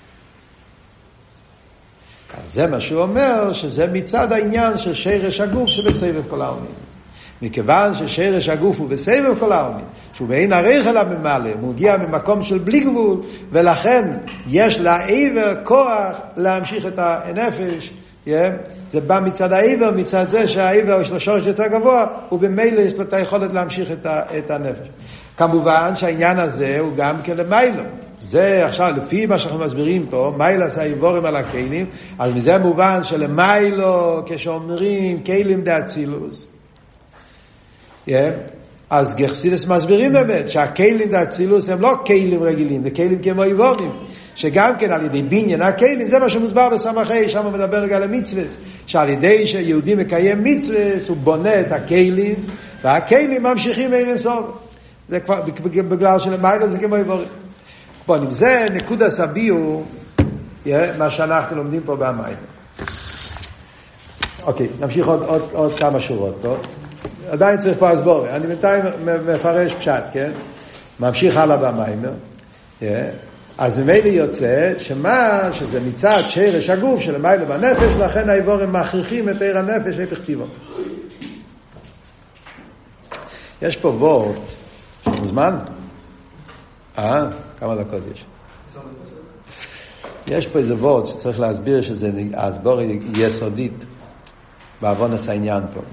אז זה מה שהוא אומר, שזה מצד העניין של שרש הגוף שבסבב כל העולמים. מכיוון ששרש הגוף הוא בסבב כל העולמים, שהוא בעין הרייכל הממלא, הוא מגיע ממקום של בלי גבול, ולכן יש לעבר כוח להמשיך את הנפש. Yeah. זה בא מצד העבר, מצד זה שהעבר יש לו שורש יותר גבוה, ובמילא יש לו את היכולת להמשיך את, ה, את הנפש. כמובן שהעניין הזה הוא גם כן למיילו. זה עכשיו, לפי מה שאנחנו מסבירים פה, מיילו עשה איבורים על הכלים, אז מזה מובן שלמיילו, כשאומרים כלים דה אצילוס, yeah. אז גחסידס מסבירים באמת שהכלים דה אצילוס הם לא כלים רגילים, זה כלים כמו איבורים. שגם כן על ידי בניין הכלים, זה מה שמוסבר בסמכי, שם מדבר רגע על המצווס, שעל ידי שיהודי מקיים מצווס, הוא בונה את הכלים, והכלים ממשיכים אין סוף. זה כבר, בגלל שלמיילה זה כמו איבורים. בונים, זה נקודה סביעו, מה שאנחנו לומדים פה במיילה. אוקיי, נמשיך עוד, עוד, עוד כמה שורות, טוב? עדיין צריך פה הסבור, אני בינתיים מפרש פשט, כן? ממשיך הלאה במיילה. אז ממילא יוצא שמה, שזה מצד שרש הגוף של המיילו בנפש, לכן האיבורים מכריחים את עיר הנפש היפך טיבו. יש פה וורט, מוזמן? אה? כמה דקות יש? יש פה איזה וורט שצריך להסביר שזה הסבור יסודית בעוונס העניין פה.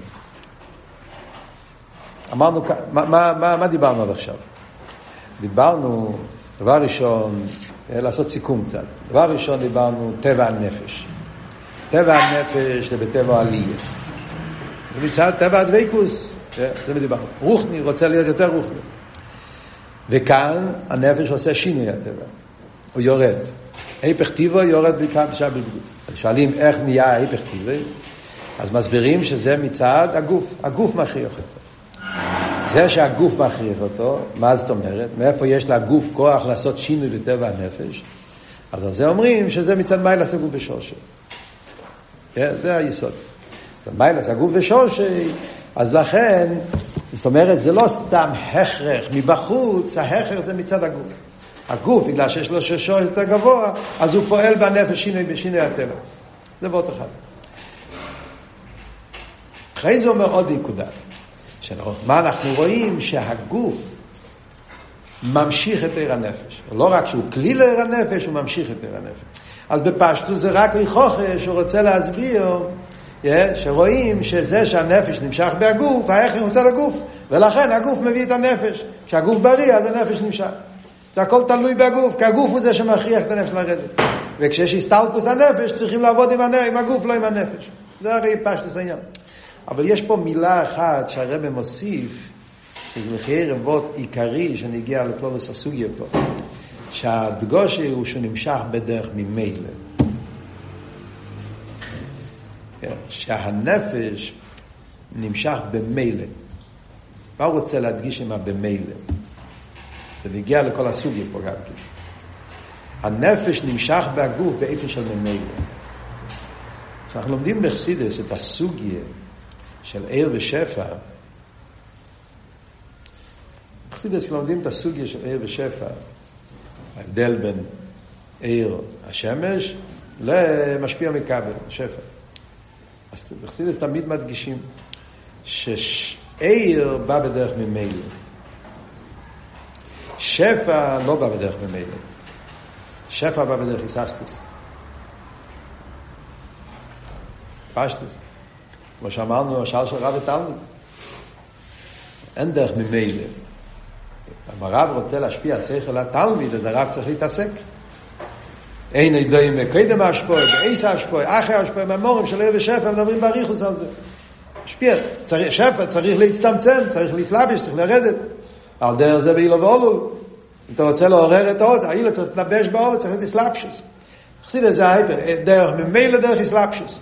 אמרנו, מה, מה, מה, מה דיברנו עד עכשיו? דיברנו דבר ראשון, לעשות סיכום קצת. דבר ראשון דיברנו טבע הנפש. טבע הנפש זה בטבע עלייה. זה מצד טבע הדוויקוס, זה מדיברנו. רוחני, רוצה להיות יותר רוחני. וכאן הנפש עושה שינוי הטבע. הוא יורד. היפך טיבו יורד בשעה בלגוד. שואלים איך נהיה היפך טיבו, אז מסבירים שזה מצד הגוף. הגוף מכריח אותו. זה שהגוף מכריח אותו, מה זאת אומרת? מאיפה יש לגוף כוח לעשות שינוי בטבע הנפש? אז על זה אומרים שזה מצד מיילס הגוף בשורשי. זה היסוד. מצד מיילס הגוף בשורשי, אז לכן, זאת אומרת, זה לא סתם הכרח מבחוץ, ההכרח זה מצד הגוף. הגוף, בגלל שיש לו שורש יותר גבוה, אז הוא פועל בנפש שינוי בשינוי הטבע. זה באות אחד. אחרי זה אומר עוד נקודה. מה אנחנו רואים? שהגוף ממשיך את עיר הנפש. לא רק שהוא כלי לעיר הנפש, הוא ממשיך את עיר הנפש. אז בפשטות זה רק לכוחש, הוא רוצה להסביר, שרואים שזה שהנפש נמשך בהגוף, ההכרח נמצא לגוף, ולכן הגוף מביא את הנפש. כשהגוף בריא, אז הנפש נמשך. זה הכל תלוי בגוף, כי הגוף הוא זה שמכריח את הנפש לרדת. וכשיש הסתלקות הנפש, צריכים לעבוד עם, הנפש, עם הגוף, לא עם הנפש. זה הרי פשטות העניין. אבל יש פה מילה אחת שהרב מוסיף, שזה לחייר רבות עיקרי שנגיע לכלולוס הסוגיה פה, שהדגוש הוא שנמשך בדרך ממילא. שהנפש נמשך במילא. מה הוא רוצה להדגיש עם הבמילא? זה נגיע לכל הסוגיה פה גם כן. הנפש נמשך בהגוף באיפה של ממילא. כשאנחנו לומדים בחסידס את הסוגיה של עיר ושפע, בחסידס לומדים את הסוגיה של עיר ושפע, ההבדל בין עיר השמש למשפיע מכבל, שפע. אז בחסידס תמיד מדגישים שעיר בא בדרך ממילא, שפע לא בא בדרך ממילא, שפע בא בדרך איססקוס. פשטס, כמו שאמרנו, השאל של רב ותלמיד, אין דרך ממילא. אם הרב רוצה להשפיע על שכל התלמיד, אז הרב צריך להתעסק. אין ידעים קודם ההשפועה, באיס ההשפועה, אחרי ההשפועה, מהמורים של עיר ושפע, מדברים בריחוס על זה. משפיע. צריך, שפע צריך להצטמצם, צריך להסלבש, צריך לרדת. על דרך זה באילו ואולול. אם אתה רוצה לעורר את העוד, האילו צריך להתלבש בעוד, צריך להסלבשוס. חסיד את זה ההיפר, דרך ממילא דרך הסלבשוס.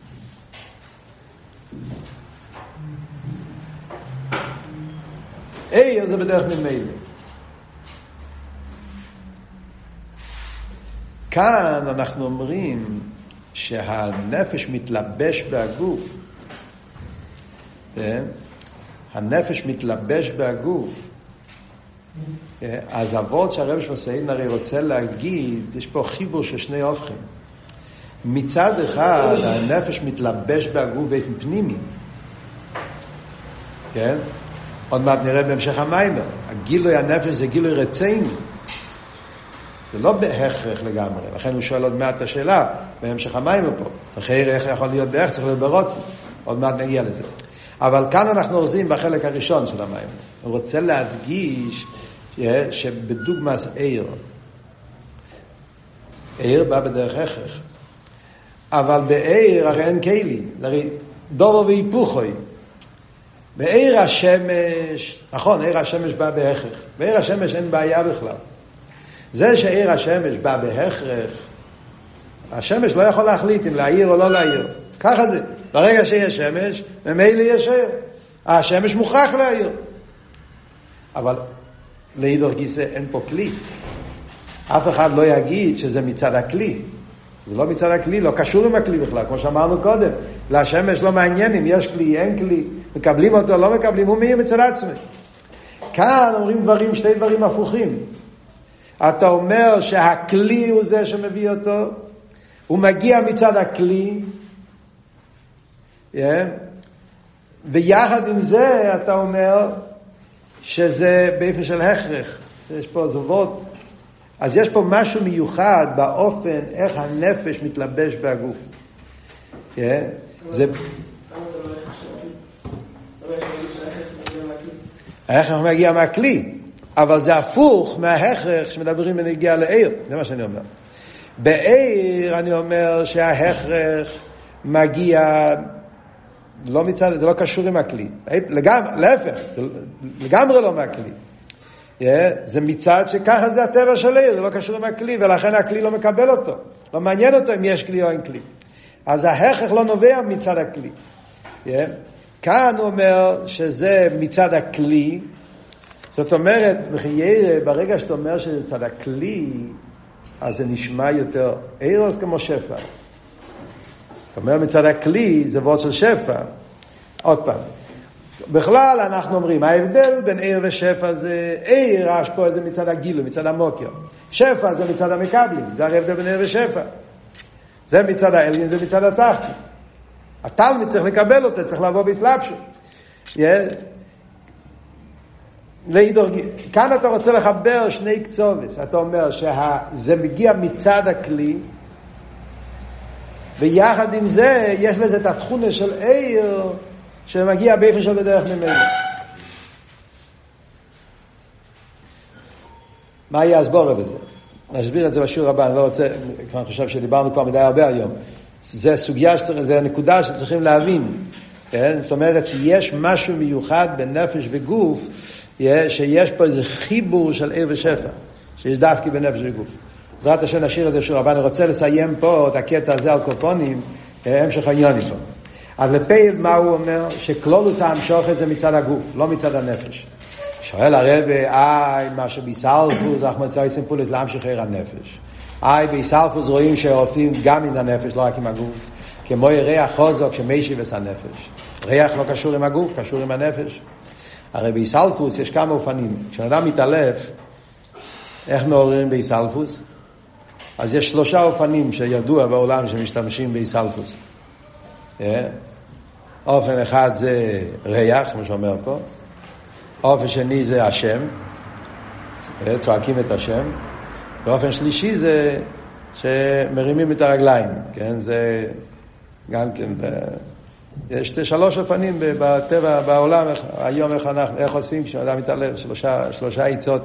איר זה בדרך ממילא. כאן אנחנו אומרים שהנפש מתלבש בהגוף. הנפש מתלבש בהגוף. אז אבות שהרב שמסעין הרי רוצה להגיד, יש פה חיבור של שני הופכים. מצד אחד הנפש מתלבש בהגוף באופן פנימי. כן? עוד מעט נראה בהמשך המיימר. הגילוי הנפש זה גילוי רציני. זה לא בהכרח לגמרי. לכן הוא שואל עוד מעט את השאלה בהמשך המיימר פה. אחרי איך יכול להיות בהכרח, צריך להיות ברוצן. עוד מעט נגיע לזה. אבל כאן אנחנו עוזים בחלק הראשון של המיימר. הוא רוצה להדגיש שבדוגמס עיר, עיר בא בדרך הכרח. אבל בעיר הרי אין כלי. הרי דורו והיפוכוי. בעיר השמש, נכון, עיר השמש בא בהכרח. בעיר השמש אין בעיה בכלל. זה שעיר השמש בא בהכרח, השמש לא יכול להחליט אם להעיר או לא להעיר. ככה זה. ברגע שיש שמש, ממילא יש עיר. השמש מוכרח להעיר. אבל להידור גיסא אין פה כלי. אף אחד לא יגיד שזה מצד הכלי. זה לא מצד הכלי, לא קשור עם הכלי בכלל, כמו שאמרנו קודם. לשמש לא מעניין אם יש כלי, אין כלי. מקבלים אותו, לא מקבלים, הוא מי מצד עצמי. כאן אומרים דברים, שתי דברים הפוכים. אתה אומר שהכלי הוא זה שמביא אותו, הוא מגיע מצד הכלי, yeah. ויחד עם זה אתה אומר שזה באופן של הכרח. יש פה זובות. אז יש פה משהו מיוחד באופן איך הנפש מתלבש בהגוף. Yeah. זה... ההכרח מגיע מהכלי, אבל זה הפוך מההכרח שמדברים בנגיע לעיר. זה מה שאני אומר. בעיר אני אומר שההכרח מגיע לא מצד, זה לא קשור עם הכלי. לגמרי, להפך, לגמרי לא מהכלי. Yeah, זה מצד שככה זה הטבע של עיר, זה לא קשור עם הכלי, ולכן הכלי לא מקבל אותו. לא מעניין אותו אם יש כלי או אין כלי. אז ההכרח לא נובע מצד הכלי. Yeah. כאן הוא אומר שזה מצד הכלי. זאת אומרת, ברגע שאתה אומר שזה מצד הכלי, אז זה נשמע יותר עירוס כמו שפע. זאת אומרת, מצד הכלי זה ועוד של שפע. עוד פעם. בכלל אנחנו אומרים, ההבדל בין עיר ושפע זה עיר, יש פה איזה מצד הגילו, מצד המוקר. שפע זה מצד המקבלים, זה ההבדל בין עיר ושפע. זה מצד העליין, זה מצד התחתון. התלמיד צריך לקבל אותו, צריך לבוא בהתלבשות. כאן אתה רוצה לחבר שני קצובס. אתה אומר שזה מגיע מצד הכלי, ויחד עם זה יש לזה את התכונה של עיר שמגיע באופן של בדרך ממנו. מה יהיה הסבורה בזה? נסביר את זה בשיעור הבא, אני לא רוצה, כי אני חושב שדיברנו כבר מדי הרבה היום. זה סוגיה, זה נקודה שצריכים להבין. כן? זאת אומרת שיש משהו מיוחד בנפש וגוף, שיש פה איזה חיבור של עיר ושפע, שיש דווקא בנפש וגוף. בעזרת השם נשאיר את זה שיעור הבא. אני רוצה לסיים פה את הקטע הזה על קופונים, המשך העניינים פה. אז לפעיל מה הוא אומר? שכלולוס ההמשוך זה מצד הגוף, לא מצד הנפש. שואל הרב, איי, מה שביסלפוס, אנחנו מצאים סימפולת להמשיך עיר הנפש. איי, ביסלפוס רואים שהרופאים גם עם הנפש, לא רק עם הגוף. כמו ריח חוזק שמיישב את הנפש. ריח לא קשור עם הגוף, קשור עם הנפש. הרי ביסלפוס יש כמה אופנים. כשאדם מתעלף, איך מעוררים ביסלפוס? אז יש שלושה אופנים שידוע בעולם שמשתמשים ביסלפוס. אופן אחד זה ריח, כמו שאומר פה. אופן שני זה השם, צועקים את השם. ואופן שלישי זה שמרימים את הרגליים. כן, זה גם כן, יש שלוש אופנים בטבע, בעולם, היום איך, אנחנו, איך עושים כשאדם מתעלף, שלושה, שלושה עיצות.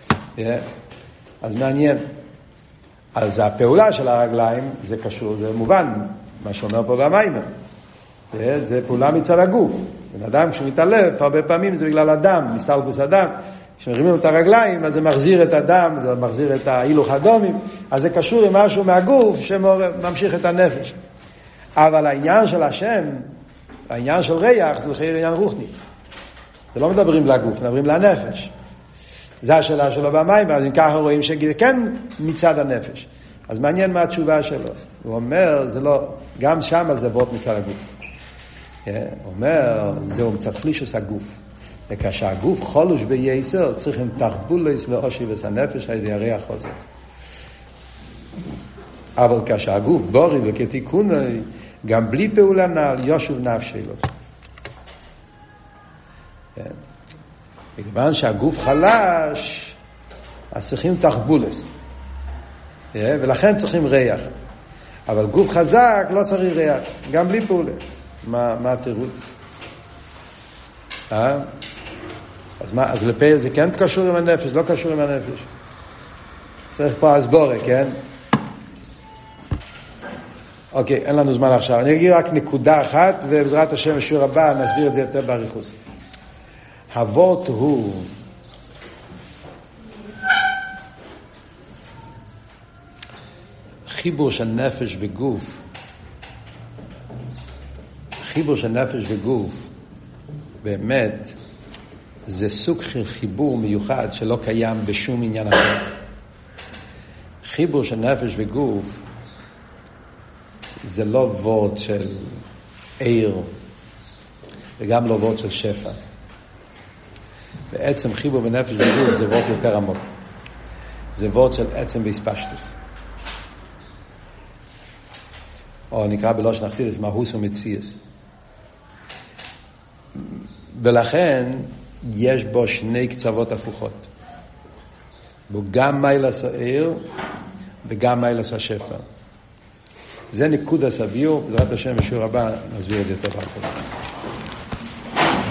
אז מעניין. אז הפעולה של הרגליים זה קשור, זה מובן, מה שאומר פה במיימר. זה פעולה מצד הגוף. בן אדם כשהוא מתעלף, הרבה פעמים זה בגלל הדם, מסתלבוס הדם. כשמרימים את הרגליים, אז זה מחזיר את הדם, זה מחזיר את ההילוך הדומים, אז זה קשור עם משהו מהגוף שממשיך את הנפש. אבל העניין של השם, העניין של ריח, זה חייר עניין רוחני. זה לא מדברים לגוף, מדברים לנפש. זה השאלה שלו במים, אז אם ככה רואים שזה כן מצד הנפש. אז מעניין מה התשובה שלו. הוא אומר, זה לא, גם שם זה וורט מצד הגוף. הוא אומר, זהו מצד חלישוס הגוף. וכאשר הגוף חולוש בייסר, צריכים תחבולס לאושי וסנפש, הידי הריח חוזר. אבל כאשר הגוף בורי וכתיקון, גם בלי פעולה נעל, יושוב נפשי לו. מכיוון שהגוף חלש, אז צריכים תחבולס. ולכן צריכים ריח. אבל גוף חזק לא צריך ריח, גם בלי פעולה. מה, מה התירוץ? אה? אז מה, אז לפה זה כן קשור עם הנפש, לא קשור עם הנפש. צריך פה הסבורה, כן? אוקיי, אין לנו זמן עכשיו. אני אגיד רק נקודה אחת, ובעזרת השם בשיעור הבא נסביר את זה יותר באריכות. הוורט הוא חיבור של נפש וגוף. חיבור של נפש וגוף באמת זה סוג של חיבור מיוחד שלא קיים בשום עניין אחר. חיבור של נפש וגוף זה לא וורט של עיר וגם לא וורט של שפע. בעצם חיבור בנפש וגוף זה וורט יותר עמוק. זה וורט של עצם בהספשטוס. או נקרא בלושן חסידות מהוס ומציאס. ולכן יש בו שני קצוות הפוכות. בו גם מיילס העיר וגם מיילס השפע. זה נקוד הסביור, בעזרת השם בשיעור הבא נסביר את זה טוב.